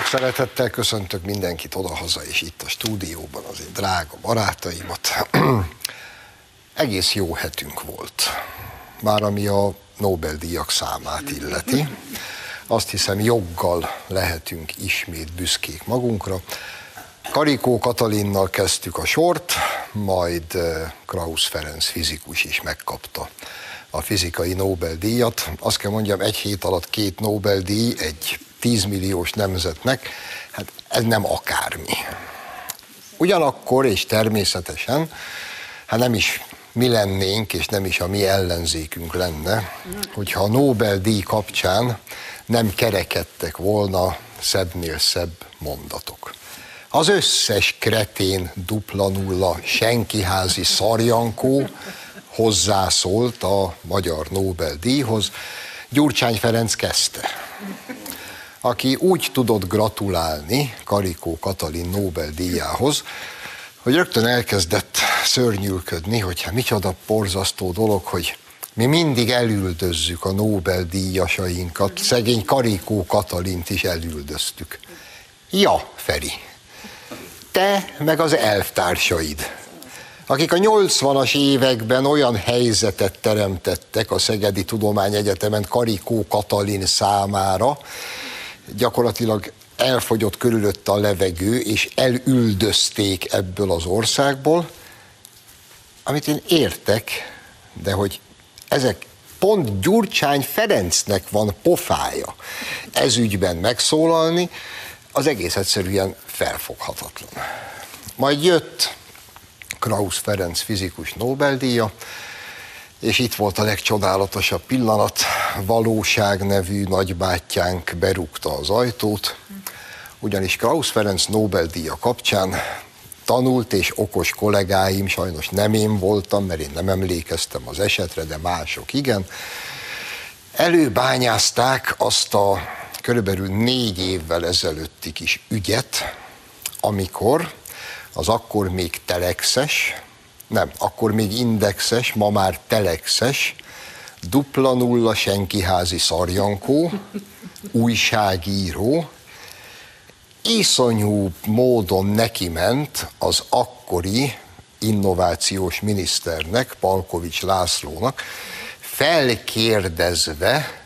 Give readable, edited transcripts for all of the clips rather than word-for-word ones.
Szeretettel köszöntök mindenkit odahaza és itt a stúdióban, az én drága barátaimat. Egész jó hetünk volt, már ami a Nobel-díjak számát illeti. Azt hiszem, joggal lehetünk ismét büszkék magunkra. Karikó Katalinnal kezdtük a sort, majd Krausz Ferenc fizikus is megkapta a fizikai Nobel-díjat. Azt kell mondjam, egy hét alatt 2 Nobel-díj egy 10 milliós nemzetnek, hát ez nem akármi. Ugyanakkor, és természetesen, hát nem is mi lennénk, és nem is a mi ellenzékünk lenne, hogyha a Nobel-díj kapcsán nem kerekedtek volna szebbnél szebb mondatok. Az összes kretén, dupla nulla, senkiházi szarjankó hozzászólt a magyar Nobel-díjhoz. Gyurcsány Ferenc kezdte, aki úgy tudott gratulálni Karikó Katalin Nobel-díjához, hogy rögtön elkezdett szörnyűködni, hogy hát micsoda borzasztó dolog, hogy mi mindig elüldözzük a Nobel-díjasainkat, szegény Karikó Katalint is elüldöztük. Ja, Feri, te meg az elvtársaid, akik a 80-as években olyan helyzetet teremtettek a Szegedi Tudományegyetemen Karikó Katalin számára, gyakorlatilag elfogyott körülötte a levegő, és elüldözték ebből az országból, amit én értek, de hogy ezek pont Gyurcsány Ferencnek van pofája ez ügyben megszólalni, az egész egyszerűen felfoghatatlan. Majd jött Krausz Ferenc fizikus Nobel-díja, és itt volt a legcsodálatosabb pillanat, Valóság nevű nagybátyánk berúgta az ajtót, ugyanis Krausz Ferenc Nobel-díja kapcsán tanult és okos kollégáim, sajnos nem én voltam, mert én nem emlékeztem az esetre, de mások igen, előbányázták azt a körülbelül 4 évvel ezelőtti kis ügyet, amikor az akkor még telexes, nem, akkor még indexes, ma már telexes, dupla nulla senkiházi szarjankó, újságíró, iszonyú módon nekiment az akkori innovációs miniszternek, Palkovics Lászlónak, felkérdezve,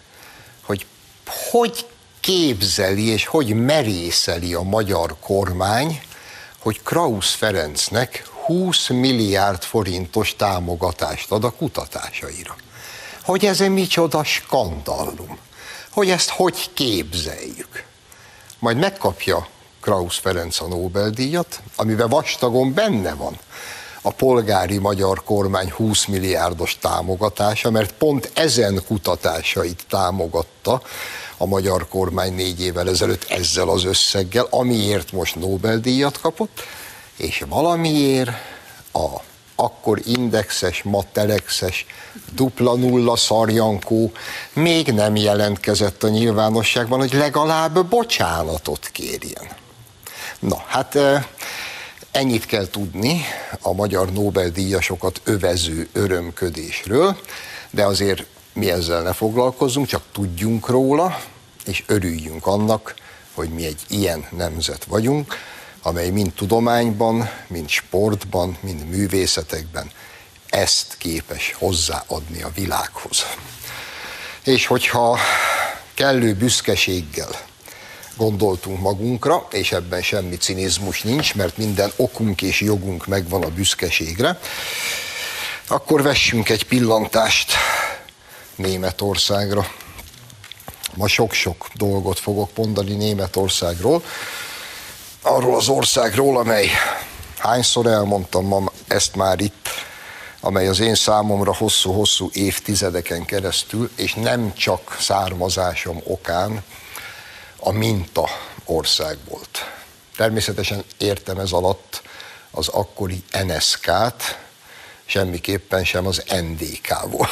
hogy képzeli és hogy merészeli a magyar kormány, hogy Krausz Ferencnek 20 milliárd forintos támogatást ad a kutatásaira. Hogy ez egy micsoda skandallum, hogy ezt hogy képzeljük. Majd megkapja Krausz Ferenc a Nobel-díjat, amiben vastagon benne van a polgári magyar kormány 20 milliárdos támogatása, mert pont ezen kutatásait támogatta a magyar kormány 4 évvel ezelőtt ezzel az összeggel, amiért most Nobel-díjat kapott, és valamiért a akkor indexes, ma telexes, dupla nulla szarjankó még nem jelentkezett a nyilvánosságban, hogy legalább bocsánatot kérjen. Na, hát ennyit kell tudni a magyar Nobel-díjasokat övező örömködésről, de azért mi ezzel ne foglalkozzunk, csak tudjunk róla, és örüljünk annak, hogy mi egy ilyen nemzet vagyunk, amely mind tudományban, mind sportban, mind művészetekben ezt képes hozzáadni a világhoz. És hogyha kellő büszkeséggel gondoltunk magunkra, és ebben semmi cinizmus nincs, mert minden okunk és jogunk megvan a büszkeségre, akkor vessünk egy pillantást Németországra. Ma sok-sok dolgot fogok mondani Németországról, arról az országról, amely, hányszor elmondtam ma ezt már itt, amely az én számomra hosszú-hosszú évtizedeken keresztül, és nem csak származásom okán a minta ország volt. Természetesen értem ez alatt az akkori NSZK-t, semmiképpen sem az NDK volt.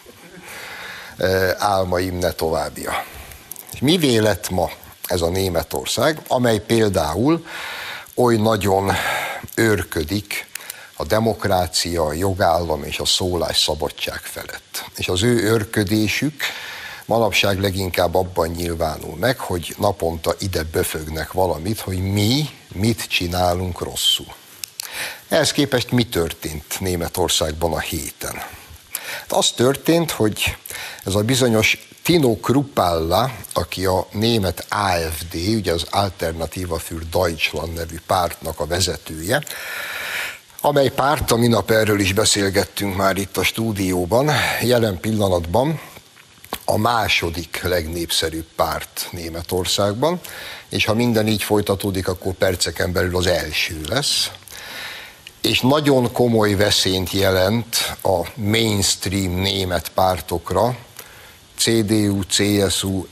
Álmaim ne továbbja. És mivé lett ma ez a Németország, amely például oly nagyon őrködik a demokrácia, a jogállam és a szólásszabadság felett. És az ő őrködésük manapság leginkább abban nyilvánul meg, hogy naponta ide böfögnek valamit, hogy mi mit csinálunk rosszul. Ehhez képest mi történt Németországban a héten? Az történt, hogy ez a bizonyos Tino Kruppalla, aki a német AfD, ugye az Alternativa für Deutschland nevű pártnak a vezetője, amely párt, a minap erről is beszélgettünk már itt a stúdióban, jelen pillanatban a második legnépszerűbb párt Németországban, és ha minden így folytatódik, akkor perceken belül az első lesz. És nagyon komoly veszélyt jelent a mainstream német pártokra, CDU, CSU,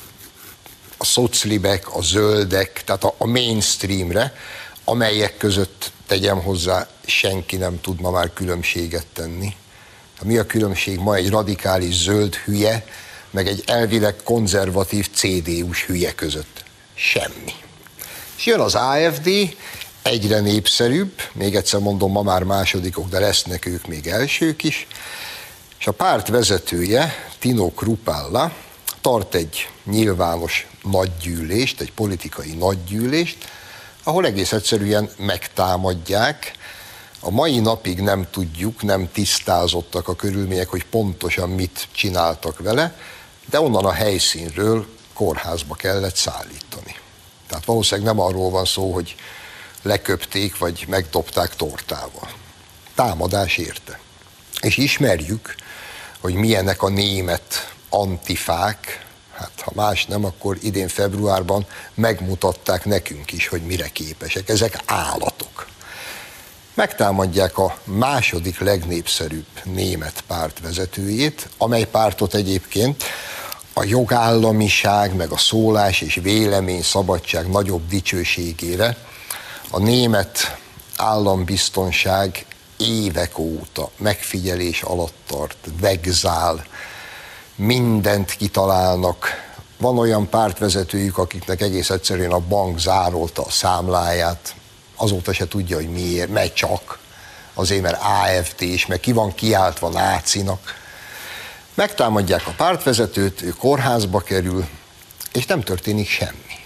a szoclibek, a zöldek, tehát a mainstreamre, amelyek között, tegyem hozzá, senki nem tud ma már különbséget tenni. Mi a különbség ma egy radikális zöld hülye, meg egy elvileg konzervatív CDU-s hülye között? Semmi. És jön az AfD, egyre népszerűbb, még egyszer mondom, ma már másodikok, de lesznek ők még elsők is, és a párt vezetője, Tino Kruppalla, tart egy nyilvános nagygyűlést, egy politikai nagygyűlést, ahol egész egyszerűen megtámadják. A mai napig nem tudjuk, nem tisztázottak a körülmények, hogy pontosan mit csináltak vele, de onnan a helyszínről kórházba kellett szállítani. Tehát valószínűleg nem arról van szó, hogy leköpték, vagy megdobták tortával. Támadás érte. És ismerjük, hogy milyenek a német antifák, hát ha más nem, akkor idén februárban megmutatták nekünk is, hogy mire képesek. Ezek állatok. Megtámadják a második legnépszerűbb német párt vezetőjét, amely pártot egyébként a jogállamiság, meg a szólás és vélemény szabadság nagyobb dicsőségére a német állambiztonság évek óta megfigyelés alatt tart, vegzál, mindent kitalálnak. Van olyan pártvezetőjük, akiknek egész egyszerűen a bank zárolta a számláját, azóta se tudja, hogy miért, mert csak, azért mert AfD is, meg ki van kiáltva nácinak. Megtámadják a pártvezetőt, ő kórházba kerül, és nem történik semmi.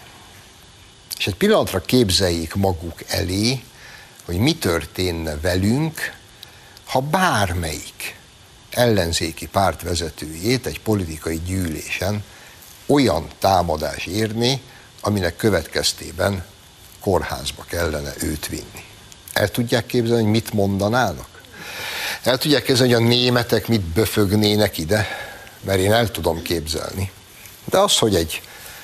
És egy pillanatra képzeljék maguk elé, hogy mi történne velünk, ha bármelyik ellenzéki pártvezetőjét egy politikai gyűlésen olyan támadás érné, aminek következtében kórházba kellene őt vinni. El tudják képzelni, hogy mit mondanának? El tudják képzelni, hogy a németek mit böfögnének ide? Mert én el tudom képzelni. De az, hogy egy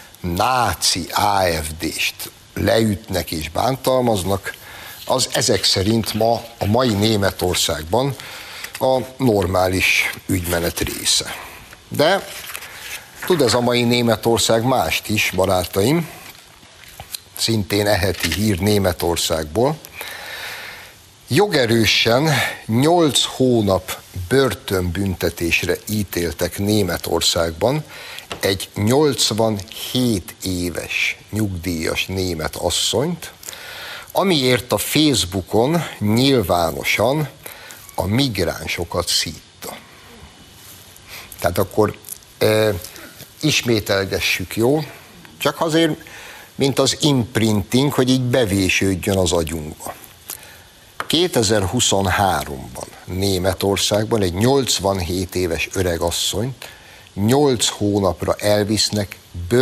náci AfD-st leütnek és bántalmaznak, az ezek szerint ma a mai Németországban a normális ügymenet része. De tud ez a mai Németország mást is, barátaim, szintén eheti hír Németországból. Jogerősen 8 hónap börtönbüntetésre ítéltek Németországban egy 87 éves nyugdíjas német asszonyt, amiért a Facebookon nyilvánosan a migránsokat szítta. Tehát akkor ismételgessük, jó? Csak azért, mint az imprinting, hogy így bevésődjön az agyunkba. 2023-ban Németországban egy 87 éves öregasszonyt 8 hónapra elvisznek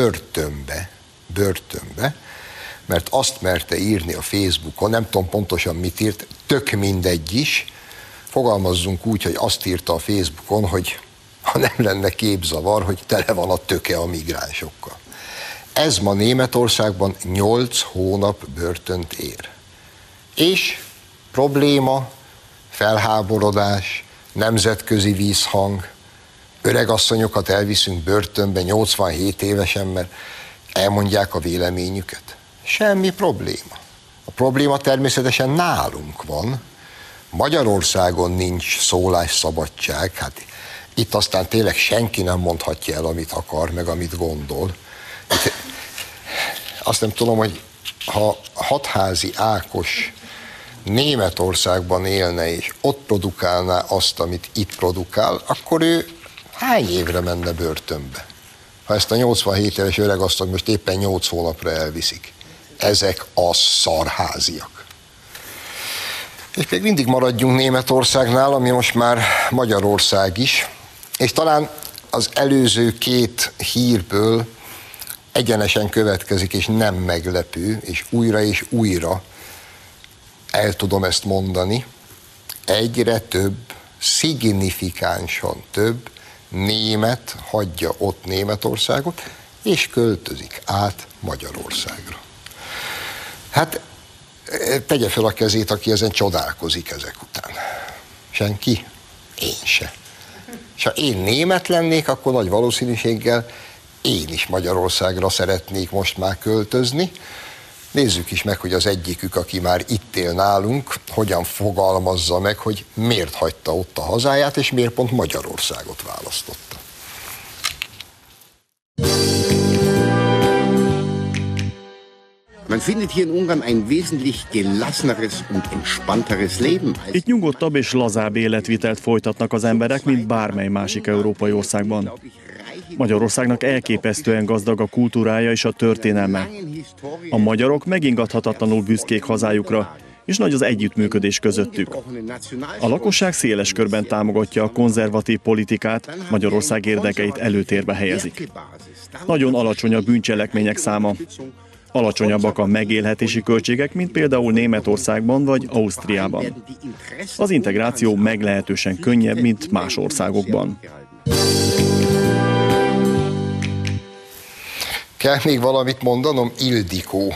börtönbe, mert azt merte írni a Facebookon, nem tudom pontosan mit írt, tök mindegy is, fogalmazzunk úgy, hogy azt írta a Facebookon, hogy ha nem lenne képzavar, hogy tele van a töke a migránsokkal. Ez ma Németországban 8 hónap börtönt ér. És probléma, felháborodás, nemzetközi vízhang, öregasszonyokat elviszünk börtönbe 87 évesen, mert elmondják a véleményüket. Semmi probléma. A probléma természetesen nálunk van. Magyarországon nincs szólásszabadság, hát itt aztán tényleg senki nem mondhatja el, amit akar, meg amit gondol. Itt, azt nem tudom, hogy ha Hatházi Ákos Németországban élne, és ott produkálná azt, amit itt produkál, akkor ő hány évre menne börtönbe? ha ezt a 87 éves öregasszony most éppen 8 hónapra elviszik. Ezek a szarháziak. És még mindig maradjunk Németországnál, ami most már Magyarország is, és talán az előző 2 hírből egyenesen következik, és nem meglepő, és újra el tudom ezt mondani, egyre több, szignifikánsan több német hagyja ott Németországot, és költözik át Magyarországra. Hát tegye fel a kezét, aki ezen csodálkozik ezek után. Senki? Én se. És ha én német lennék, akkor nagy valószínűséggel én is Magyarországra szeretnék most már költözni. Nézzük is meg, hogy az egyikük, aki már itt él nálunk, hogyan fogalmazza meg, hogy miért hagyta ott a hazáját, és miért pont Magyarországot választotta. Man findet hier in Ungarn ein wesentlich gelasseneres und entspannteres Leben. Itt nyugodtabb és lazább életvitelt folytatnak az emberek, mint bármely másik európai országban. Magyarországnak elképesztően gazdag a kultúrája és a történelme. A magyarok megingathatatlanul büszkék hazájukra, és nagy az együttműködés közöttük. A lakosság széles körben támogatja a konzervatív politikát, Magyarország érdekeit előtérbe helyezik. Nagyon alacsony a bűncselekmények száma. Alacsonyabbak a megélhetési költségek, mint például Németországban vagy Ausztriában. Az integráció meglehetősen könnyebb, mint más országokban. Kell még valamit mondanom? Ildikó.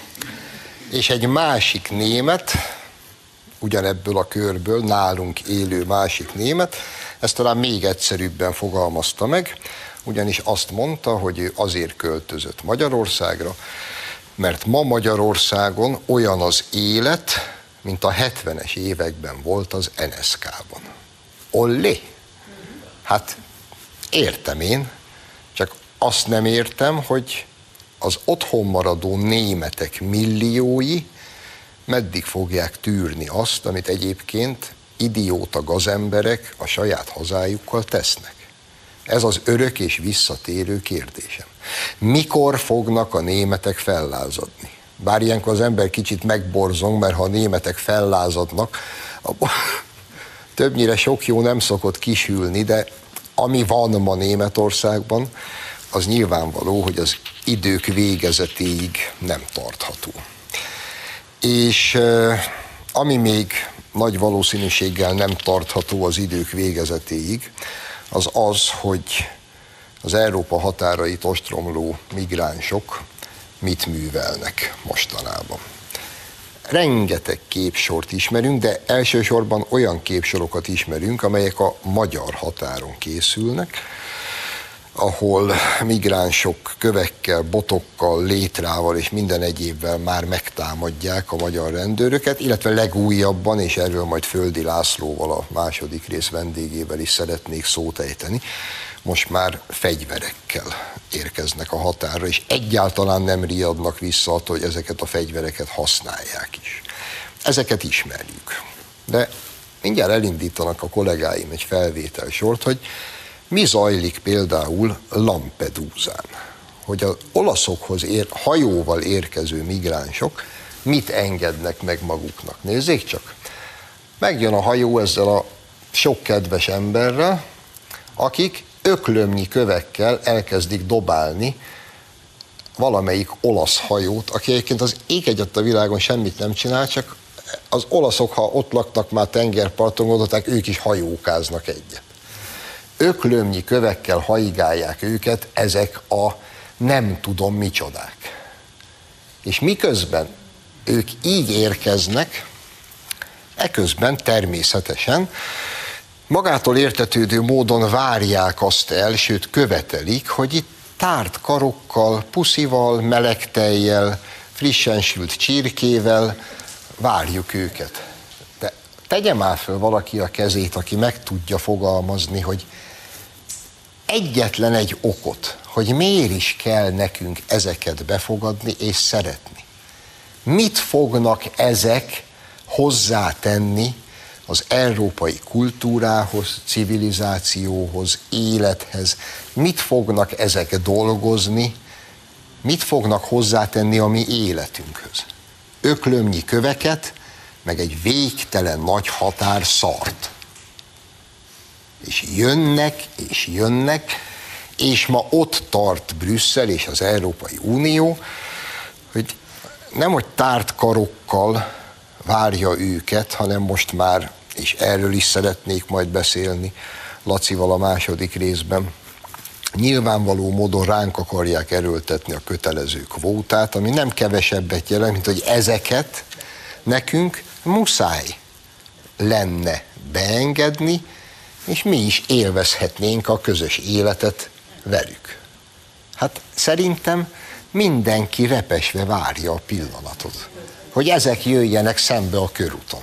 És egy másik német, ugyanebből a körből, nálunk élő másik német, ezt talán még egyszerűbben fogalmazta meg, ugyanis azt mondta, hogy ő azért költözött Magyarországra, mert ma Magyarországon olyan az élet, mint a 70-es években volt az NSZK-ban. Ollé! Hát értem én, csak azt nem értem, hogy az otthon maradó németek milliói meddig fogják tűrni azt, amit egyébként idióta gazemberek a saját hazájukkal tesznek. Ez az örök és visszatérő kérdésem. Mikor fognak a németek fellázadni? Bár ilyenkor az ember kicsit megborzong, mert ha a németek fellázadnak, abban többnyire sok jó nem szokott kisülni, de ami van ma Németországban, az nyilvánvaló, hogy az idők végezetéig nem tartható. És ami még nagy valószínűséggel nem tartható az idők végezetéig, az az, hogy az Európa határait ostromló migránsok mit művelnek mostanában. Rengeteg képsort ismerünk, de elsősorban olyan képsorokat ismerünk, amelyek a magyar határon készülnek, ahol migránsok kövekkel, botokkal, létrával és minden egyébben már megtámadják a magyar rendőröket, illetve legújabban, és erről majd Földi Lászlóval, a második rész vendégével is szeretnék szót ejteni, most már fegyverekkel érkeznek a határra, és egyáltalán nem riadnak vissza attól, hogy ezeket a fegyvereket használják is. Ezeket ismerjük. De mindjárt elindítanak a kollégáim egy felvételsort, hogy mi zajlik például Lampedusán, hogy az olaszokhoz hajóval érkező migránsok mit engednek meg maguknak. Nézzék csak, megjön a hajó ezzel a sok kedves emberrel, akik öklömnyi kövekkel elkezdik dobálni valamelyik olasz hajót, aki egyébként az ég egyet a világon semmit nem csinál, csak az olaszok, ha ott laktak már tengerparton, gondolták, ők is hajókáznak egyet. Öklömnyi kövekkel haigálják őket ezek a nem tudom micsodák. És miközben ők így érkeznek, eközben természetesen magától értetődő módon várják azt el, sőt követelik, hogy itt tárt karokkal, puszival, meleg tejjel, frissen sült csirkével várjuk őket. De tegye már föl valaki a kezét, aki meg tudja fogalmazni, hogy egyetlen egy okot, hogy miért is kell nekünk ezeket befogadni és szeretni. Mit fognak ezek hozzátenni az európai kultúrához, civilizációhoz, élethez, mit fognak ezek dolgozni, mit fognak hozzátenni a mi életünkhöz. Öklömnyi köveket, meg egy végtelen nagy határ szart. És jönnek, és ma ott tart Brüsszel és az Európai Unió, hogy nem hogy tárt karokkal várja őket, hanem most már, és erről is szeretnék majd beszélni Lacival a második részben, nyilvánvaló módon ránk akarják erőltetni a kötelező kvótát, ami nem kevesebbet jelent, mint hogy ezeket nekünk muszáj lenne beengedni, és mi is élvezhetnénk a közös életet velük. Hát szerintem mindenki repesve várja a pillanatot, hogy ezek jöjjenek szembe a körúton.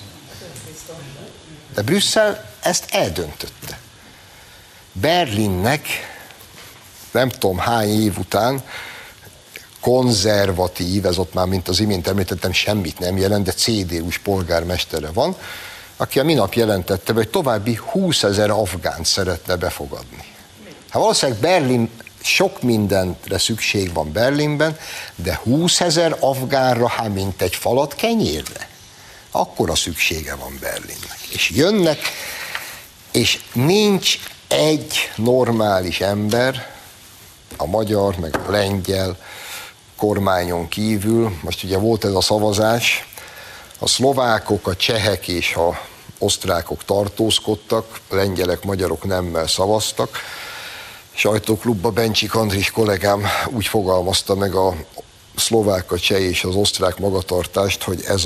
De Brüsszel ezt eldöntötte. Berlinnek nem tudom hány év után konzervatív, ez ott már, mint az imént említettem, semmit nem jelent, de CDU-s polgármestere van, aki a minap jelentette be, hogy további 20 000 afgánt szeretne befogadni. Hát valószínűleg Berlin, sok mindenre szükség van Berlinben, de 20 000 afgánra, hát mint egy falat kenyérre. Akkora szüksége van Berlinnek. És jönnek, és nincs egy normális ember, a magyar, meg a lengyel kormányon kívül, most ugye volt ez a szavazás, a szlovákok, a csehek és a osztrákok tartózkodtak, a lengyelek, magyarok nemmel szavaztak. Sajtóklubban Bencsik Andris kollégám úgy fogalmazta meg a szlovák, a cseh és az osztrák magatartást, hogy ez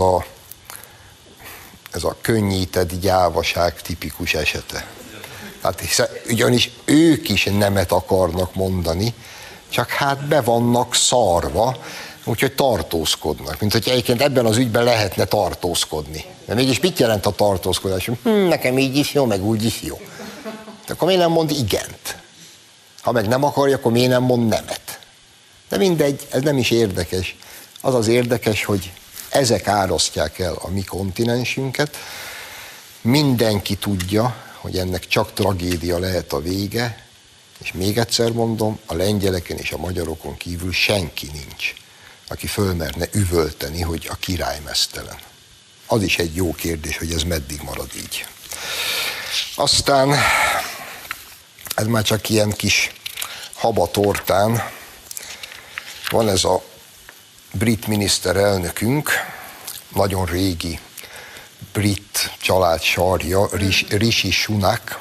a könnyített gyávaság tipikus esete. Hát ugyanis ők is nemet akarnak mondani, csak hát be vannak szarva, úgyhogy tartózkodnak. Mint hogy egyébként ebben az ügyben lehetne tartózkodni. De mégis mit jelent a tartózkodás? Nekem így is jó, meg úgy is jó. De akkor miért nem mond igent? Ha meg nem akarja, akkor miért nem mond nemet? De mindegy, ez nem is érdekes. Az az érdekes, hogy ezek árasztják el a mi kontinensünket. Mindenki tudja, hogy ennek csak tragédia lehet a vége, és még egyszer mondom, a lengyeleken és a magyarokon kívül senki nincs, aki fölmerne üvölteni, hogy a király meztelen. Az is egy jó kérdés, hogy ez meddig marad így. Aztán, ez már csak ilyen kis habatortán, van ez a brit miniszterelnökünk, nagyon régi brit család sarja, Rishi Sunak,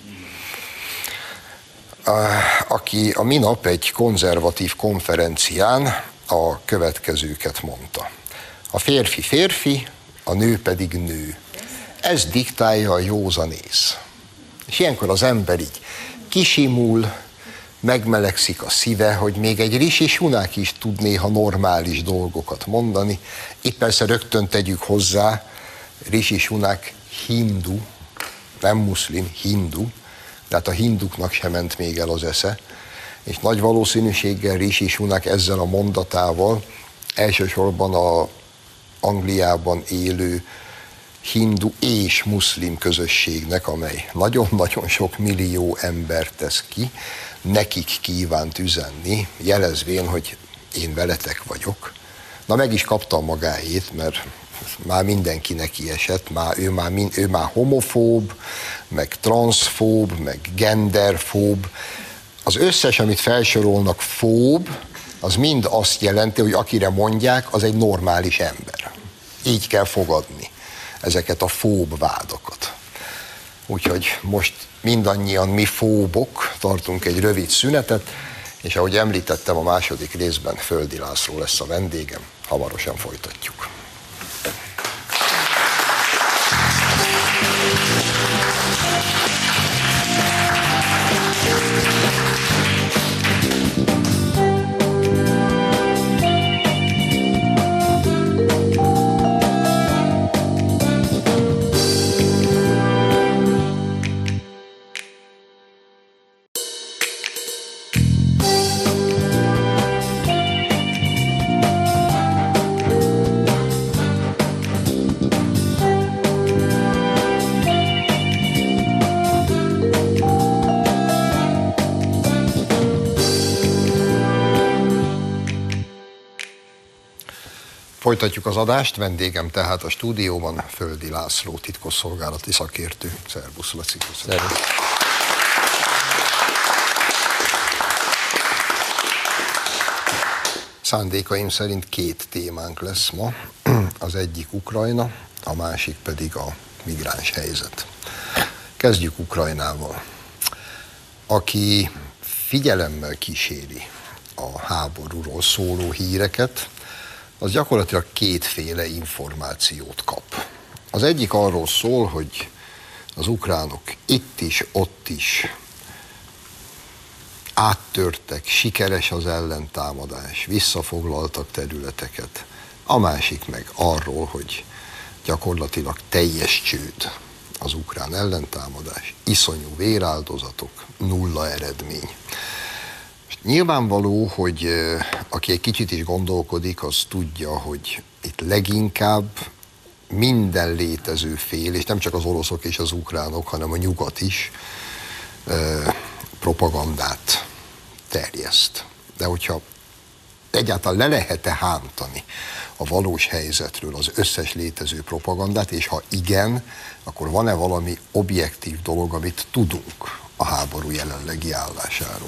aki a minap egy konzervatív konferencián a következőket mondta. A férfi férfi, a nő pedig nő. Ez diktálja a józanész. És ilyenkor az ember így kisimul, megmelegszik a szíve, hogy még egy Rishi Sunak is tud néha normális dolgokat mondani. Itt persze rögtön tegyük hozzá, Rishi Sunak hindu, nem muszlim, hindu, tehát a hinduknak sem ment még el az esze, és nagy valószínűséggel Rishi Sunak ezzel a mondatával elsősorban a Angliában élő hindu és muszlim közösségnek, amely nagyon-nagyon sok millió ember tesz ki, nekik kívánt üzenni, jelezvén, hogy én veletek vagyok. Na meg is kapta magáét, mert már mindenki neki esett, ő már homofób, meg transzfób, meg genderfób. Az összes, amit felsorolnak fób, az mind azt jelenti, hogy akire mondják, az egy normális ember. Így kell fogadni ezeket a fób vádakat. Úgyhogy most mindannyian mi fóbok, tartunk egy rövid szünetet, és ahogy említettem, a második részben Földi László lesz a vendégem, hamarosan folytatjuk. Folytatjuk az adást, vendégem tehát a stúdióban Földi László, titkosszolgálati szakértő. Szervusz, Laci. Szervusz. Szándékaim szerint két témánk lesz ma. Az egyik Ukrajna, a másik pedig a migráns helyzet. Kezdjük Ukrajnával. Aki figyelemmel kíséri a háborúról szóló híreket, az gyakorlatilag kétféle információt kap. Az egyik arról szól, hogy az ukránok itt is, ott is áttörtek, sikeres az ellentámadás, visszafoglaltak területeket. A másik meg arról, hogy gyakorlatilag teljes csőd az ukrán ellentámadás, iszonyú véráldozatok, nulla eredmény. Nyilvánvaló, hogy aki egy kicsit is gondolkodik, az tudja, hogy itt leginkább minden létező fél, és nem csak az oroszok és az ukránok, hanem a nyugat is propagandát terjeszt. De hogyha egyáltalán le lehet-e hántani a valós helyzetről az összes létező propagandát, és ha igen, akkor van-e valami objektív dolog, amit tudunk a háború jelenlegi állásáról?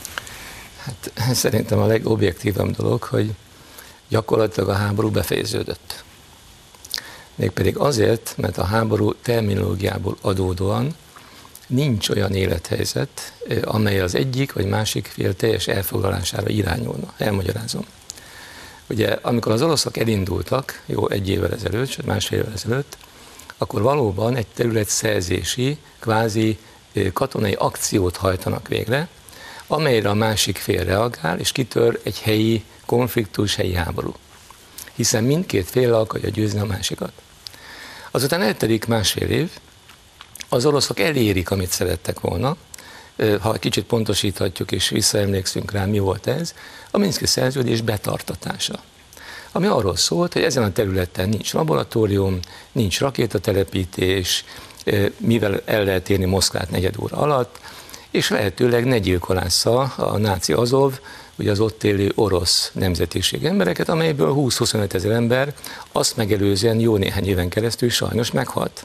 Hát szerintem a legobjektívabb dolog, hogy gyakorlatilag a háború befejeződött. Mégpedig azért, mert a háború terminológiából adódóan nincs olyan élethelyzet, amely az egyik vagy másik fél teljes elfoglalására irányulna. Elmagyarázom. Ugye, amikor az oroszok elindultak, jó, 1 évvel ezelőtt, sőt másfél évvel ezelőtt, akkor valóban egy területszerzési, kvázi katonai akciót hajtanak végre, amelyre a másik fél reagál, és kitör egy helyi konfliktus, helyi háború. Hiszen mindkét fél akarja győzni a másikat. Azután eltelik másfél év, az oroszok elérik, amit szerettek volna, ha kicsit pontosíthatjuk és visszaemlékszünk rá, mi volt ez, a Minszki szerződés betartatása. Ami arról szólt, hogy ezen a területen nincs laboratórium, nincs rakétatelepítés, mivel el lehet érni Moszkvát 4 óra alatt, és lehetőleg ne gyilkolásza a náci Azov, ugye az ott élő orosz nemzetiség embereket, amelyből 20-25 ezer ember azt megelőzően jó néhány éven keresztül sajnos meghalt.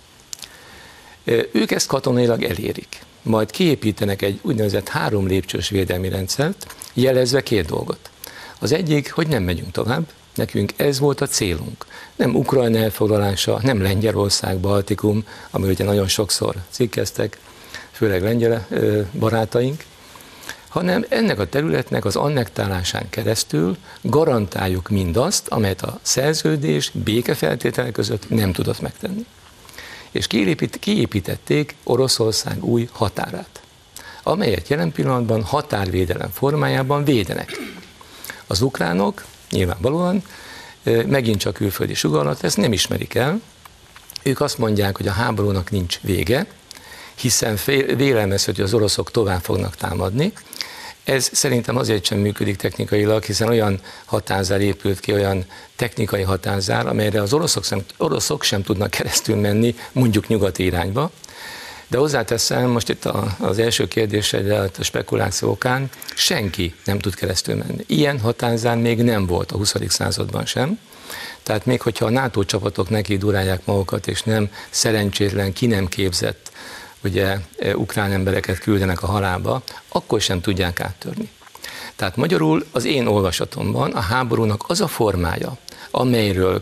Ők ezt katonailag elérik. Majd kiépítenek egy úgynevezett 3 lépcsős védelmi rendszert, jelezve 2 dolgot. Az egyik, hogy nem megyünk tovább, nekünk ez volt a célunk. Nem Ukrajna elfoglalása, nem Lengyelország, Baltikum, amiről ugye nagyon sokszor cikkeztek, főleg lengyel barátaink, hanem ennek a területnek az annektálásán keresztül garantáljuk mindazt, amelyet a szerződés békefeltételek között nem tudott megtenni. És kiépítették Oroszország új határát, amelyet jelen pillanatban határvédelem formájában védenek. Az ukránok nyilvánvalóan megint csak külföldi sugallat, ezt nem ismerik el. Ők azt mondják, hogy a háborúnak nincs vége, hiszen vélelmezhető, hogy az oroszok tovább fognak támadni. Ez szerintem azért sem működik technikailag, hiszen olyan határzár épült ki, olyan technikai határzár, amelyre az oroszok sem tudnak keresztül menni, mondjuk nyugati irányba. De hozzáteszem, most itt az első kérdésedre, a spekuláció okán, senki nem tud keresztül menni. Ilyen határzár még nem volt a 20. században sem. Tehát még hogyha a NATO csapatok neki durálják magukat, és nem szerencsétlen, ki nem képzett, ugye ukrán embereket küldenek a halálba, akkor sem tudják áttörni. Tehát magyarul az én olvasatomban a háborúnak az a formája, amelyről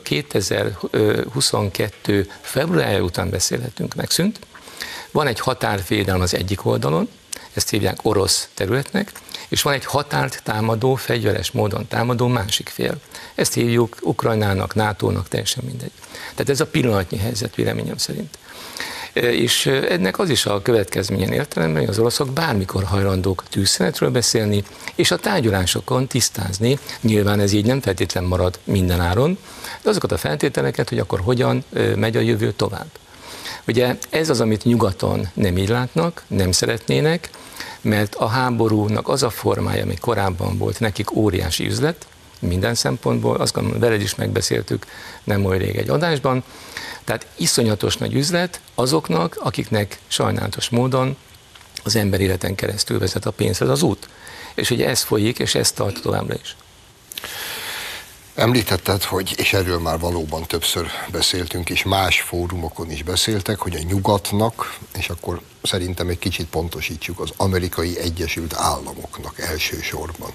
2022. februárja után beszélhetünk, megszűnt. Van egy határvédelem az egyik oldalon, ezt hívják orosz területnek, és van egy határt támadó, fegyveres módon támadó másik fél. Ezt hívjuk Ukrajnának, NATO-nak, teljesen mindegy. Tehát ez a pillanatnyi helyzet véleményem szerint. És ennek az is a következményen értelemben, hogy az oroszok bármikor hajlandók tűzszünetről beszélni, és a tárgyalásokon tisztázni, nyilván ez így nem feltétlen marad mindenáron, de azokat a feltételeket, hogy akkor hogyan megy a jövő tovább. Ugye ez az, amit nyugaton nem így látnak, nem szeretnének, mert a háborúnak az a formája, ami korábban volt, nekik óriási üzlet, minden szempontból, azt gondolom, veled is megbeszéltük nem olyan rég egy adásban, tehát iszonyatos nagy üzlet azoknak, akiknek sajnálatos módon az emberéleten keresztül vezet a pénzhez az út. És ugye ez folyik, és ez tart továbbra is. Említetted, hogy, és erről már valóban többször beszéltünk, és más fórumokon is beszéltek, hogy a nyugatnak, és akkor szerintem egy kicsit pontosítjuk, az Amerikai Egyesült Államoknak elsősorban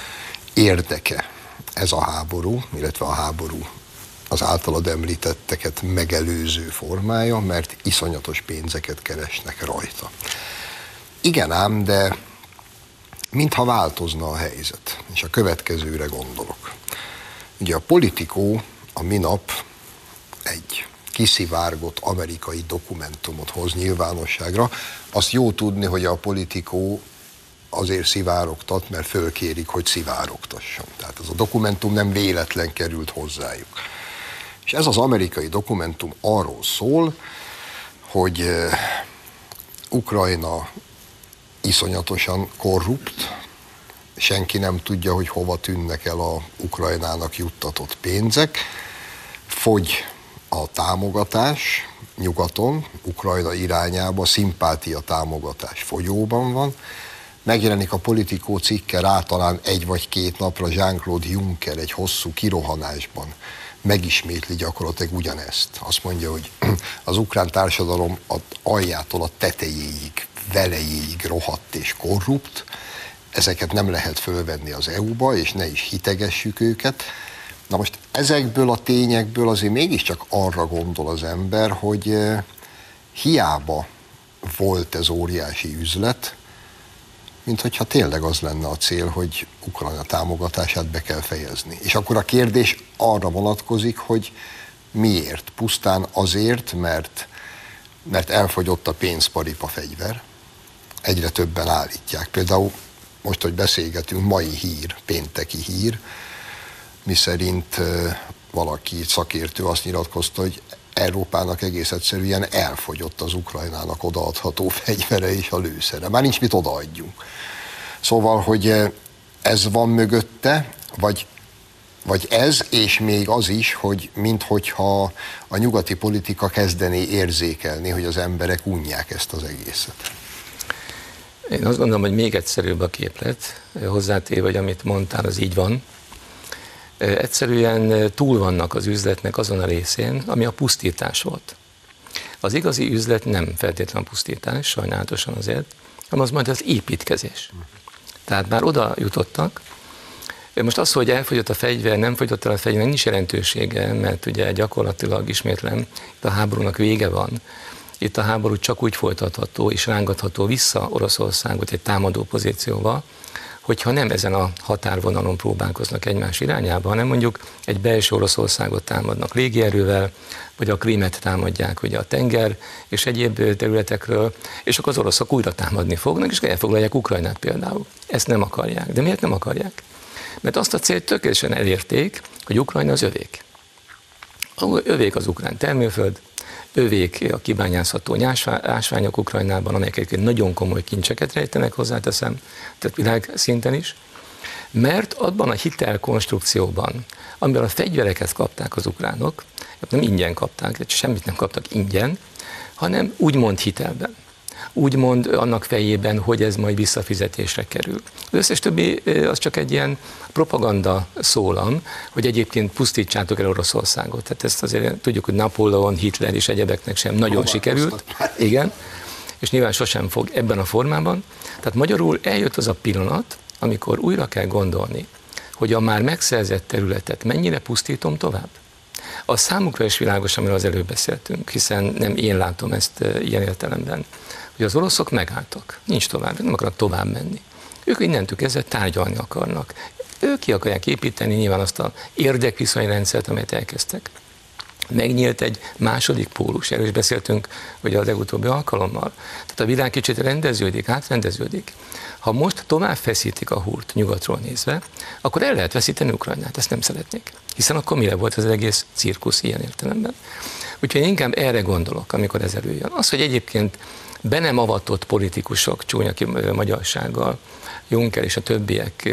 érdeke ez a háború, illetve a háború az általad említetteket megelőző formája, mert iszonyatos pénzeket keresnek rajta. Igen ám, de mintha változna a helyzet, és a következőre gondolok. Ugye a Politico a minap egy kiszivárgott amerikai dokumentumot hoz nyilvánosságra. Azt jó tudni, hogy a Politico azért szivárogtat, mert fölkérik, hogy szivárogtasson. Tehát ez a dokumentum nem véletlen került hozzájuk. És ez az amerikai dokumentum arról szól, hogy Ukrajna iszonyatosan korrupt, senki nem tudja, hogy hova tűnnek el a Ukrajnának juttatott pénzek, fogy a támogatás nyugaton, Ukrajna irányába, szimpátia támogatás fogyóban van, megjelenik a Politico cikke rá talán 1 vagy 2 napra Jean-Claude Juncker egy hosszú kirohanásban megismétli gyakorlatilag ugyanezt. Azt mondja, hogy az ukrán társadalom az aljától a tetejéig, velejéig rohadt és korrupt, ezeket nem lehet fölvenni az EU-ba, és ne is hitegessük őket. Na most ezekből a tényekből azért mégiscsak arra gondol az ember, hogy hiába volt ez óriási üzlet, mint hogyha tényleg az lenne a cél, hogy Ukrajna támogatását be kell fejezni. És akkor a kérdés arra vonatkozik, hogy miért? Pusztán azért, mert elfogyott a pénzparipa fegyver. Egyre többen állítják. Például most, hogy beszélgetünk, mai hír, pénteki hír, miszerint valaki szakértő azt nyilatkozta, hogy Európának egész egyszerűen elfogyott az Ukrajnának odaadható fegyvere és a lőszere. Már nincs mit odaadjunk. Szóval, hogy ez van mögötte, vagy ez, és még az is, hogy minthogyha a nyugati politika kezdené érzékelni, hogy az emberek unják ezt az egészet. Én azt gondolom, hogy még egyszerűbb a képlet, hozzátéve, hogy amit mondtál, az így van. Egyszerűen túl vannak az üzletnek azon a részén, ami a pusztítás volt. Az igazi üzlet nem feltétlenül pusztítás, sajnálatosan azért, hanem az majd az építkezés. Tehát már oda jutottak. Most az, hogy elfogyott a fegyver, nem fogyott el a fegyver, nincs jelentősége, mert ugye gyakorlatilag ismétlem, itt a háborúnak vége van. Itt a háború csak úgy folytatható és rángatható vissza Oroszországot egy támadó pozícióval, hogyha nem ezen a határvonalon próbálkoznak egymás irányába, hanem mondjuk egy belső Oroszországot támadnak légierővel, vagy a Krímet támadják ugye a tenger és egyéb területekről, és akkor az oroszok újra támadni fognak, és elfoglalják Ukrajnát például. Ezt nem akarják. De miért nem akarják? Mert azt a célt tökéletesen elérték, hogy Ukrajna az övék. Övék az ukrán termőföld, övék a kibányászható ásványok Ukrajnában, amelyek nagyon komoly kincseket rejtenek, hozzáteszem, tehát világszinten is, mert abban a hitelkonstrukcióban, amiben a fegyvereket kapták az ukránok, nem ingyen kapták, semmit nem kaptak ingyen, hanem úgymond hitelben. Úgymond annak fejében, hogy ez majd visszafizetésre kerül. Az összes többi az csak egy ilyen propaganda szólam, hogy egyébként pusztítsátok el Oroszországot. Tehát ezt azért tudjuk, hogy Napóleon, Hitler és egyebeknek sem nagyon sikerült. Igen, és nyilván sosem fog ebben a formában. Tehát magyarul eljött az a pillanat, amikor újra kell gondolni, hogy a már megszerzett területet mennyire pusztítom tovább. A számukra is világos, amiről az előbb beszéltünk, hiszen nem én látom ezt ilyen értelemben, hogy az oroszok megálltak, nincs tovább, nem akarnak tovább menni. Ők innentől kezdve tárgyalni akarnak. Ők ki akarják építeni nyilván azt az érdekviszonyrendszert, amelyet elkezdtek. Megnyílt egy második pólus, erről is beszéltünk ugye a legutóbbi alkalommal. Tehát a világ kicsit rendeződik, átrendeződik. Ha most tovább feszítik a húrt nyugatról nézve, akkor el lehet veszíteni Ukrajnát, ezt nem szeretnék. Hiszen akkor mire volt az egész cirkusz ilyen értelemben. Úgyhogy én inkább erre gondolok, amikor ez előjön. Az, hogy egyébként be nem avatott politikusok csúnya magyarsággal, Juncker és a többiek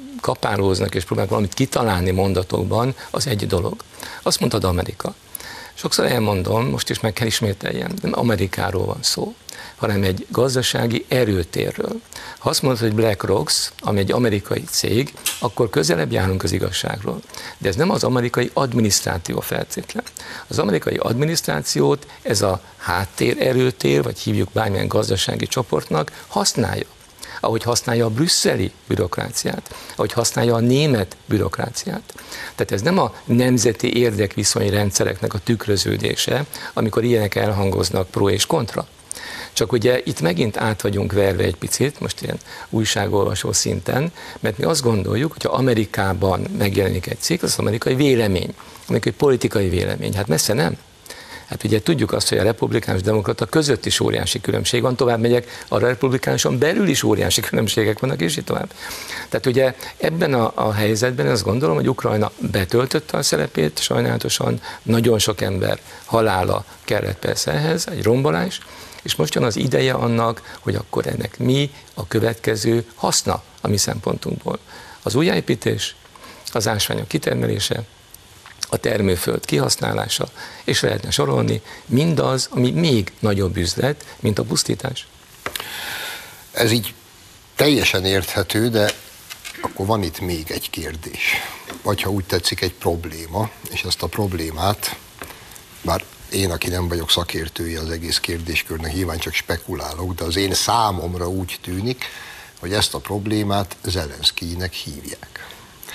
kapálóznak és próbálnak valamit kitalálni mondatokban, az egy dolog. Azt mondtad Amerika. Sokszor elmondom, most is meg kell ismételjem, nem Amerikáról van szó, hanem egy gazdasági erőtérről. Ha azt mondod, hogy BlackRock, ami egy amerikai cég, akkor közelebb járunk az igazságról. De ez nem az amerikai adminisztráció feltétlen. Az amerikai adminisztrációt ez a háttér erőtér, vagy hívjuk bármilyen gazdasági csoportnak, használja. Ahogy használja a brüsszeli bürokráciát, ahogy használja a német bürokráciát. Tehát ez nem a nemzeti érdekviszonyrendszereknek a tükröződése, amikor ilyenek elhangoznak pro és kontra. Csak ugye itt megint át vagyunk verve egy picit, most ilyen újságolvasó szinten, mert mi azt gondoljuk, hogy ha Amerikában megjelenik egy cikk, az amerikai vélemény, amerikai politikai vélemény. Hát messze nem. Hát ugye tudjuk azt, hogy a republikánus demokrata között is óriási különbség van, tovább megyek, a republikánuson belül is óriási különbségek vannak, és így tovább. Tehát ugye ebben a helyzetben azt gondolom, hogy Ukrajna betöltötte a szerepét, sajnálatosan nagyon sok ember halála kellett persze ehhez, egy rombolás, és most jön az ideje annak, hogy akkor ennek mi a következő haszna a mi szempontunkból. Az újjáépítés, az ásványok kitermelése, a termőföld kihasználása, és lehetne sorolni mindaz, ami még nagyobb üzlet, mint a pusztítás. Ez így teljesen érthető, de akkor van itt még egy kérdés. Vagy ha úgy tetszik, egy probléma, és ezt a problémát, bár én, aki nem vagyok szakértője az egész kérdéskörnek, nyilván csak spekulálok, de az én számomra úgy tűnik, hogy ezt a problémát Zelenszkijnek hívják.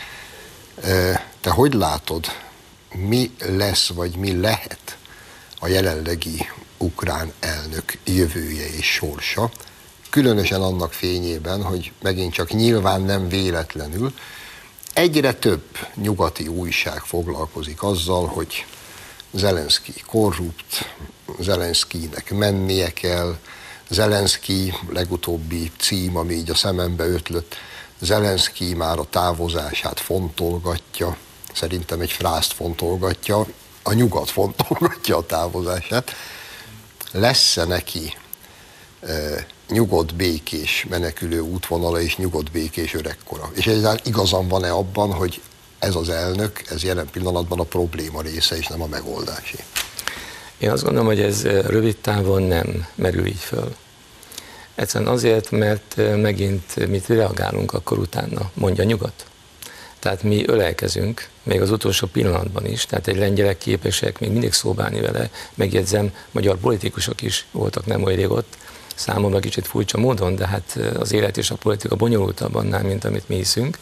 Te hogy látod, mi lesz, vagy mi lehet a jelenlegi ukrán elnök jövője és sorsa, különösen annak fényében, hogy megint csak nyilván nem véletlenül egyre több nyugati újság foglalkozik azzal, hogy Zelenszkij korrupt, Zelenszkijnek mennie kell, Zelenszkij legutóbbi cím, ami így a szemembe ötlött, Zelenszkij már a távozását fontolgatja, szerintem egy frászt fontolgatja, a nyugat fontolgatja a távozását. Lesz-e neki nyugodt, békés menekülő útvonala és nyugodt, békés öregkora? És egyáltalán igazam van-e abban, hogy ez az elnök, ez jelen pillanatban a probléma része és nem a megoldásé? Én azt gondolom, hogy ez rövid távon nem merül így föl. Egyszerűen azért, mert megint mit reagálunk akkor utána, mondja nyugat. Tehát mi ölelkezünk, még az utolsó pillanatban is, tehát egy lengyelek képesek még mindig szóba állni vele, megjegyzem, magyar politikusok is voltak nem olyan rég ott, számomra kicsit furcsa módon, de hát az élet és a politika bonyolultabb annál, mint amit mi hiszünk.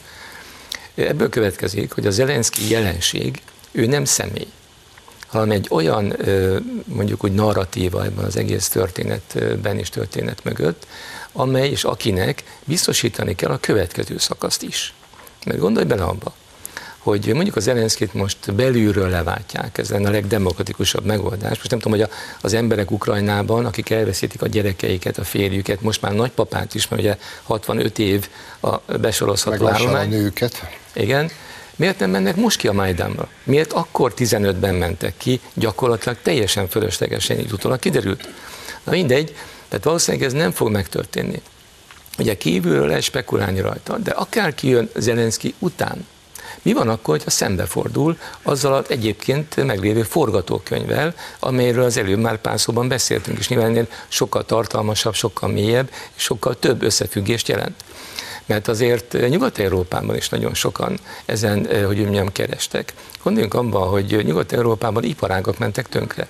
Ebből következik, hogy a Zelenszkij jelenség, ő nem személy, hanem egy olyan, mondjuk úgy narratíva ebben az egész történetben és történet mögött, amely és akinek biztosítani kell a következő szakaszt is. Mert gondolj bele abba, hogy mondjuk az Zelenszkijt most belülről leváltják, ez lenne a legdemokratikusabb megoldás. Most nem tudom, hogy az emberek Ukrajnában, akik elveszítik a gyerekeiket, a férjüket, most már nagypapát is, mert ugye 65 év a besorolható állomány. A nőket. Igen. Miért nem mennek most ki a Majdanra? Miért akkor 15-ben mentek ki, gyakorlatilag teljesen fölöslegesen, így utólag kiderült? Na mindegy, tehát valószínűleg ez nem fog megtörténni. Ugye kívülről lehet spekulálni rajta, de akár kijön Zelenszkij után, mi van akkor, ha szembefordul azzal az egyébként meglévő forgatókönyvvel, amelyről az előbb már pár szóban beszéltünk, és nyilván ennél sokkal tartalmasabb, sokkal mélyebb, és sokkal több összefüggést jelent. Mert azért Nyugat-Európában is nagyon sokan ezen, hogy mondjam, kerestek. Gondoljunk abban, hogy Nyugat-Európában iparágak mentek tönkre.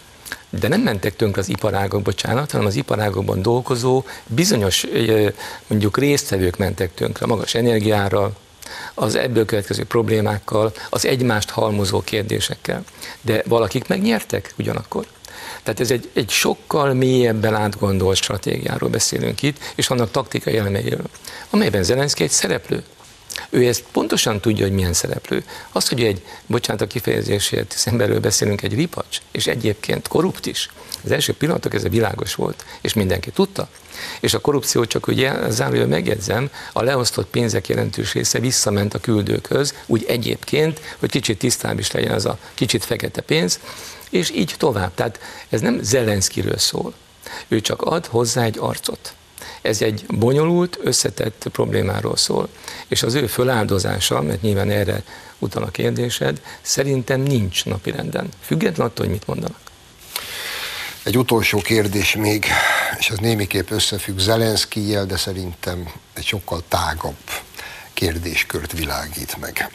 De nem mentek tönkre az iparágok, bocsánat, hanem az iparágokban dolgozó bizonyos, mondjuk résztvevők mentek tönkre, magas energiára, az ebből következő problémákkal, az egymást halmozó kérdésekkel. De valakik megnyertek ugyanakkor. Tehát ez egy sokkal mélyebben átgondolt stratégiáról beszélünk itt, és annak taktikai elemeiről, amelyben Zelenszkij egy szereplő. Ő ezt pontosan tudja, hogy milyen szereplő. Az, hogy egy, bocsánat a kifejezésért, szemberről beszélünk, egy ripacs, és egyébként korrupt is. Az első pillanatok ez világos volt, és mindenki tudta. És a korrupció, csak ugye zárójel megjegyzem, a leosztott pénzek jelentős része visszament a küldőkhöz, úgy egyébként, hogy kicsit tisztább is legyen az a kicsit fekete pénz, és így tovább. Tehát ez nem Zelenszkijről szól. Ő csak ad hozzá egy arcot. Ez egy bonyolult, összetett problémáról szól. És az ő föláldozása, mert nyilván erre utal a kérdésed, szerintem nincs napirenden. Független attól, hogy mit mondanak. Egy utolsó kérdés még, és ez némiképp összefügg Zelenszkijjel, de szerintem egy sokkal tágabb kérdéskört világít meg.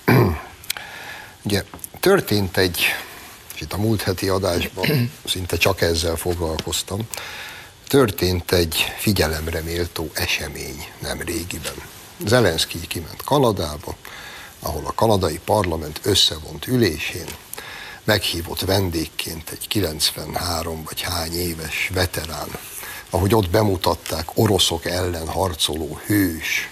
Ugye történt és itt a múlt heti adásban szinte csak ezzel foglalkoztam, történt egy figyelemre méltó esemény nem régiben. Zelenszkij kiment Kanadába, ahol a kanadai parlament összevont ülésén meghívott vendégként egy 93 vagy hány éves veterán, ahogy ott bemutatták, oroszok ellen harcoló hős,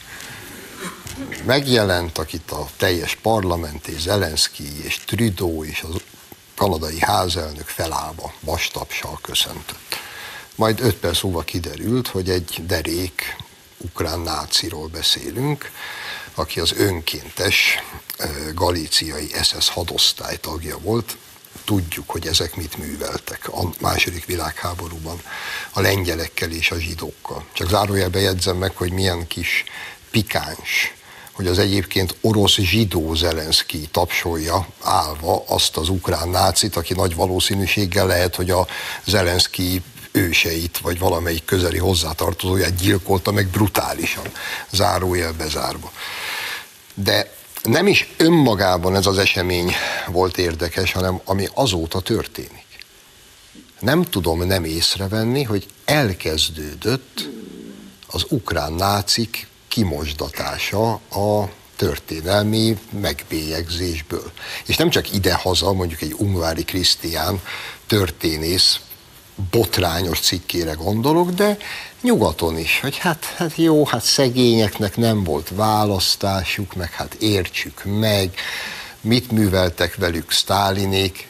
megjelent, akit a teljes parlament és Zelenszkij és Trudeau és az kanadai házelnök felállva vastapssal köszöntött. Majd 5 perc múlva kiderült, hogy egy derék ukrán náciról beszélünk, aki az önkéntes galíciai SS hadosztály tagja volt. Tudjuk, hogy ezek mit műveltek a II. Világháborúban a lengyelekkel és a zsidókkal. Csak zárójelbe jegyzem meg, hogy milyen kis pikáns, hogy az egyébként orosz zsidó Zelenszkij tapsolja állva azt az ukrán nácit, aki nagy valószínűséggel lehet, hogy a Zelenszkij őseit, vagy valamelyik közeli hozzátartozóját gyilkolta meg brutálisan, zárójel bezárva. De nem is önmagában ez az esemény volt érdekes, hanem ami azóta történik. Nem tudom nem észrevenni, hogy elkezdődött az ukrán nácik kimosdatása a történelmi megbélyegzésből. És nem csak ide-haza, mondjuk egy Ungvári Krisztián történész botrányos cikkére gondolok, de nyugaton is, hogy hát jó, szegényeknek nem volt választásuk, meg hát értsük meg, mit műveltek velük Sztálinék,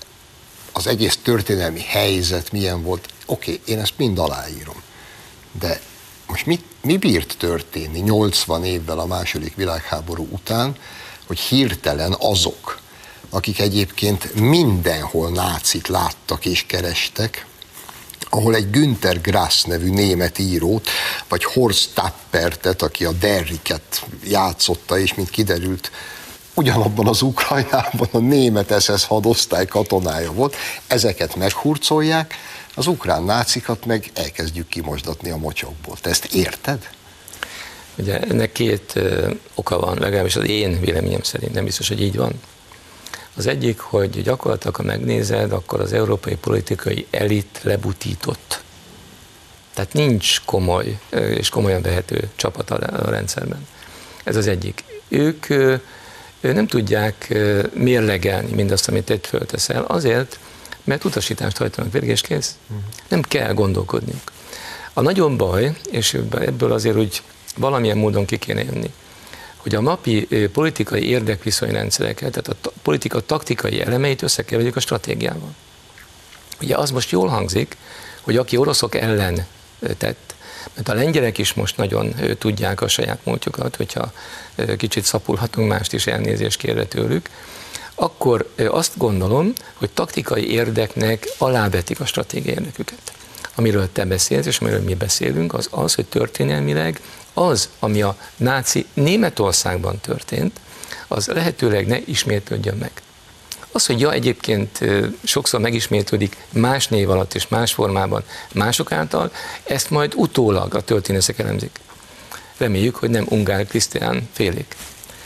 az egész történelmi helyzet milyen volt. Oké, én ezt mind aláírom. De most mi bírt történni 80 évvel a II. Világháború után, hogy hirtelen azok, akik egyébként mindenhol nácit láttak és kerestek, ahol egy Günter Grass nevű német írót, vagy Horst Tappertet, aki a Derricket játszotta, és mint kiderült, ugyanabban az Ukrajnában a német SS hadosztály katonája volt, ezeket meghurcolják, az ukrán nácikat meg elkezdjük kimosdatni a mocsokból. Te ezt érted? Ugye ennek 2 oka van, legalábbis az én véleményem szerint, nem biztos, hogy így van. Az egyik, hogy gyakorlatilag, ha megnézed, akkor az európai politikai elit lebutított. Tehát nincs komoly és komolyan vehető csapat a rendszerben. Ez az egyik. Ők nem tudják mérlegelni mindazt, amit te fölteszel, azért, mert utasítást hajtanak végig, és kész. Nem kell gondolkodniuk. A nagyon baj, és ebből azért úgy valamilyen módon ki kéne jönni, hogy a napi politikai érdekviszonyrendszereket, tehát a politika taktikai elemeit összekeverjük a stratégiával. Ugye az most jól hangzik, hogy aki oroszok ellen tett, mert a lengyelek is most nagyon tudják a saját múltjukat, hogyha kicsit szapulhatunk, mást is elnézést kérve tőlük, akkor azt gondolom, hogy taktikai érdeknek alávetik a stratégiai érdeküket. Amiről te beszélsz, és amiről mi beszélünk, az, hogy történelmileg az, ami a náci Németországban történt, az lehetőleg ne ismétlődjön meg. Az, hogy egyébként sokszor megismétlődik más név alatt és más formában mások által, ezt majd utólag a történészek elemzik. Reméljük, hogy nem Ungár Krisztián félék.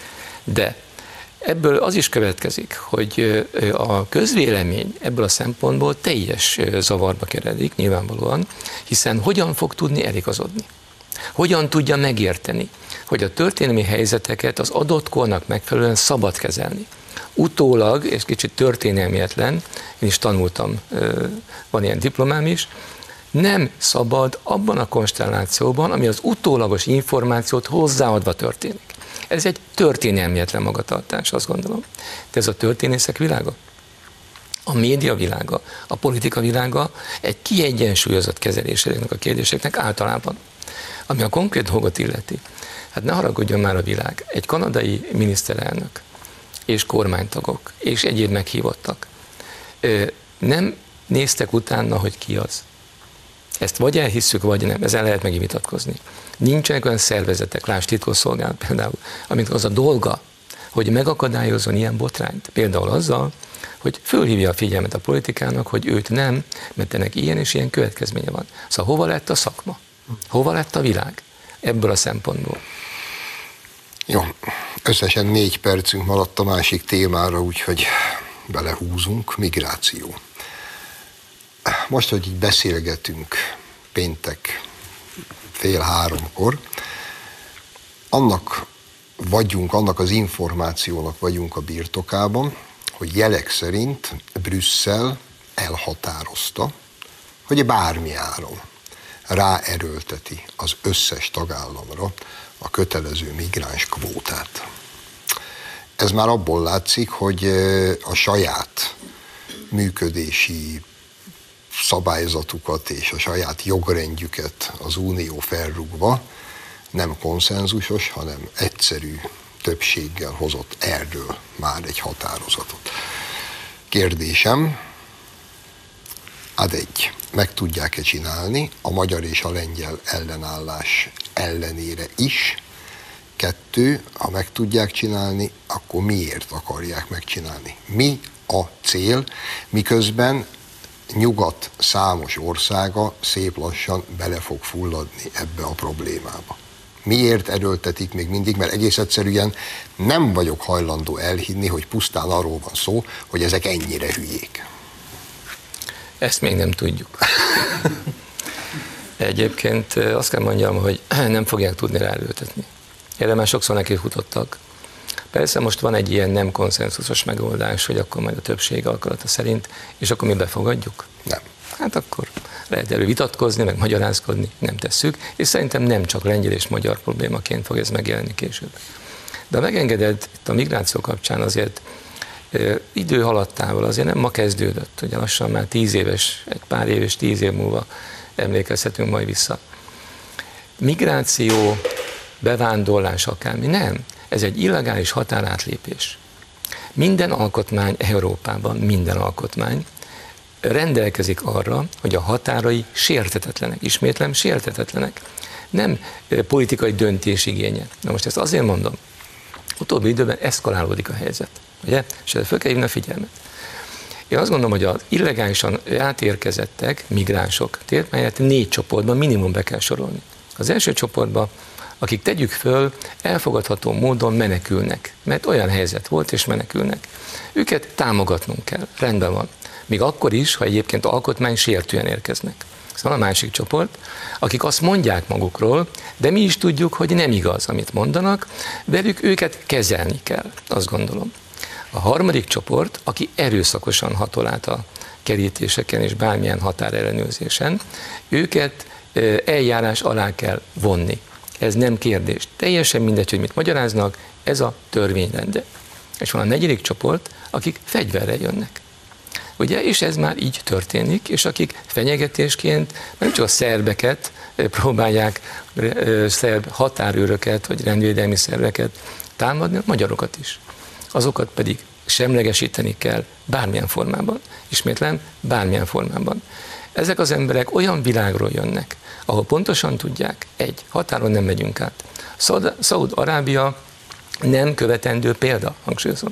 De ebből az is következik, hogy a közvélemény ebből a szempontból teljes zavarba keredik, nyilvánvalóan, hiszen hogyan fog tudni eligazodni? Hogyan tudja megérteni, hogy a történelmi helyzeteket az adott kornak megfelelően szabad kezelni? Utólag, és kicsit történelmietlen, én is tanultam, van ilyen diplomám is, nem szabad abban a konstellációban, ami az utólagos információt hozzáadva történik. Ez egy történelmietlen magatartás, azt gondolom. De ez a történészek világa, a média világa, a politika világa egy kiegyensúlyozott kezelésének a kérdéseknek általában. Ami a konkrét dolgot illeti, hát ne haragudjon már a világ. Egy kanadai miniszterelnök és kormánytagok és egyéb meghívottak nem néztek utána, hogy ki az. Ezt vagy elhisszük, vagy nem, ezzel lehet megint vitatkozni. Nincsenek olyan szervezetek, lásd titkosszolgálat például, amit az a dolga, hogy megakadályozzon ilyen botrányt. Például azzal, hogy fölhívja a figyelmet a politikának, hogy őt nem, mert ennek ilyen és ilyen következménye van. Szóval hova lett a szakma? Hova lett a világ ebből a szempontból? Jó, összesen 4 percünk maradt a másik témára, úgyhogy belehúzunk, migráció. Most, hogy így beszélgetünk péntek 2:30, annak az információnak vagyunk a birtokában, hogy jelek szerint Brüsszel elhatározta, hogy bármi áron ráerőlteti az összes tagállamra a kötelező migráns kvótát. Ez már abból látszik, hogy a saját működési szabályzatukat és a saját jogrendjüket az Unió felrúgva nem konszenzusos, hanem egyszerű többséggel hozott erről már egy határozatot. Kérdésem, meg tudják-e csinálni a magyar és a lengyel ellenállás ellenére is? 2, ha meg tudják csinálni, akkor miért akarják megcsinálni? Mi a cél, miközben nyugat számos országa szép lassan bele fog fulladni ebbe a problémába? Miért erőltetik még mindig? Mert egész egyszerűen nem vagyok hajlandó elhinni, hogy pusztán arról van szó, hogy ezek ennyire hülyék. Ezt még nem tudjuk. Egyébként azt kell mondjam, hogy nem fogják tudni ráerőltetni. Erre már sokszor nekifutottak. Persze most van egy ilyen nem konszenzusos megoldás, hogy akkor majd a többség akarata szerint, és akkor mi befogadjuk? Nem. Hát akkor lehet erről vitatkozni, meg magyarázkodni, nem tesszük, és szerintem nem csak lengyel és magyar problémaként fog ez megjelenni később. De ha megengeded, itt a migráció kapcsán azért idő haladtával azért nem ma kezdődött, ugye lassan már 10 éves, egy pár év és 10 év múlva emlékezhetünk majd vissza. Migráció, bevándorlás akármi, nem. Ez egy illegális határátlépés. Minden alkotmány Európában, minden alkotmány rendelkezik arra, hogy a határai sérthetetlenek. Ismétlem, sérthetetlenek. Nem politikai döntés igénye. Na most ezt azért mondom, utóbbi időben eszkalálódik a helyzet. Ugye? És erre fel kell hívni a figyelmet. Én azt gondolom, hogy az illegálisan átérkezettek, migránsok tétmáját 4 csoportban minimum be kell sorolni. Az első csoportban, akik tegyük föl, elfogadható módon menekülnek, mert olyan helyzet volt és menekülnek. Őket támogatnunk kell, rendben van. Még akkor is, ha egyébként alkotmány sértően érkeznek. Szóval a másik csoport, akik azt mondják magukról, de mi is tudjuk, hogy nem igaz, amit mondanak, velük őket kezelni kell, azt gondolom. A harmadik csoport, aki erőszakosan hatol át a kerítéseken és bármilyen határellenőrzésen, őket eljárás alá kell vonni. Ez nem kérdés. Teljesen mindegy, hogy mit magyaráznak, ez a törvényrende. És van a negyedik csoport, akik fegyverrel jönnek. Ugye, és ez már így történik, és akik fenyegetésként nem csak a szerbeket próbálják, szerb határőröket, vagy rendvédelmi szerveket támadni, a magyarokat is. Azokat pedig semlegesíteni kell bármilyen formában. Ismétlem, bármilyen formában. Ezek az emberek olyan világról jönnek, ahol pontosan tudják, határon nem megyünk át. Szaúd-Arábia nem követendő példa, hangsúlyozom.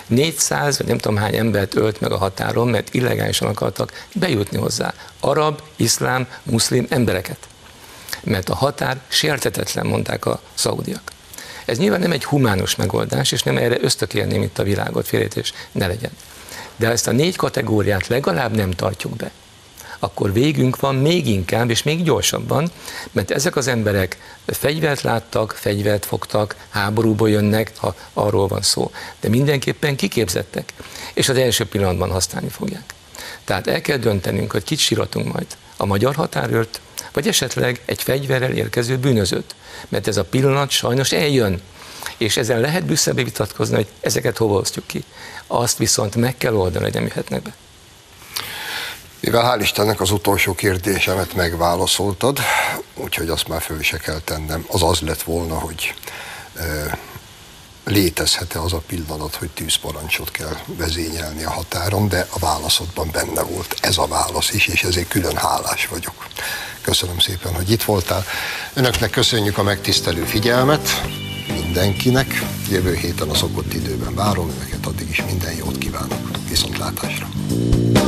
400, vagy nem tudom hány embert ölt meg a határon, mert illegálisan akartak bejutni hozzá. Arab, iszlám, muszlim embereket. Mert a határ sérthetetlen, mondták a szaudiak. Ez nyilván nem egy humánus megoldás, és nem erre ösztökélném itt a világot, félreértés ne legyen. De ha ezt a 4 kategóriát legalább nem tartjuk be, akkor végünk van még inkább és még gyorsabban, mert ezek az emberek fegyvert láttak, fegyvert fogtak, háborúból jönnek, ha arról van szó, de mindenképpen kiképzettek, és az első pillanatban használni fogják. Tehát el kell döntenünk, hogy kit síratunk majd, a magyar határőrt, vagy esetleg egy fegyverrel érkező bűnözőt, mert ez a pillanat sajnos eljön, és ezen lehet Brüsszelbe vitatkozni, hogy ezeket hova osztjuk ki. Azt viszont meg kell oldani, hogy nem jöhetnek be. Mivel hál' Istennek az utolsó kérdésemet megválaszoltad, úgyhogy azt már föl se kell tennem. Az lett volna, hogy létezhet-e az a pillanat, hogy tűzparancsot kell vezényelni a határon, de a válaszodban benne volt ez a válasz is, és ezért külön hálás vagyok. Köszönöm szépen, hogy itt voltál. Önöknek köszönjük a megtisztelő figyelmet, mindenkinek. Jövő héten a szokott időben várom önöket, addig is minden jót kívánok. Viszontlátásra!